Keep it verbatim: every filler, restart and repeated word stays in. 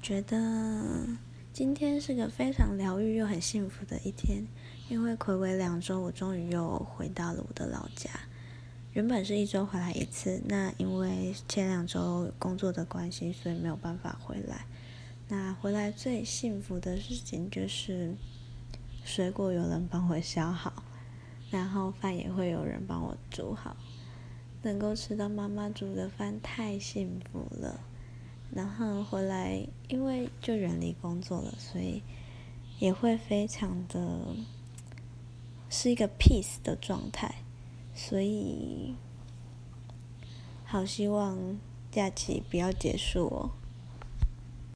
觉得今天是个非常疗愈又很幸福的一天，因为睽违两周，我终于又回到了我的老家。原本是一周回来一次，那因为前两周工作的关系，所以没有办法回来。那回来最幸福的事情就是水果有人帮我削好，然后饭也会有人帮我煮好，能够吃到妈妈煮的饭太幸福了。然后回来，因为就远离工作了，所以也会非常的是一个 peace 的状态，所以好希望假期不要结束哦。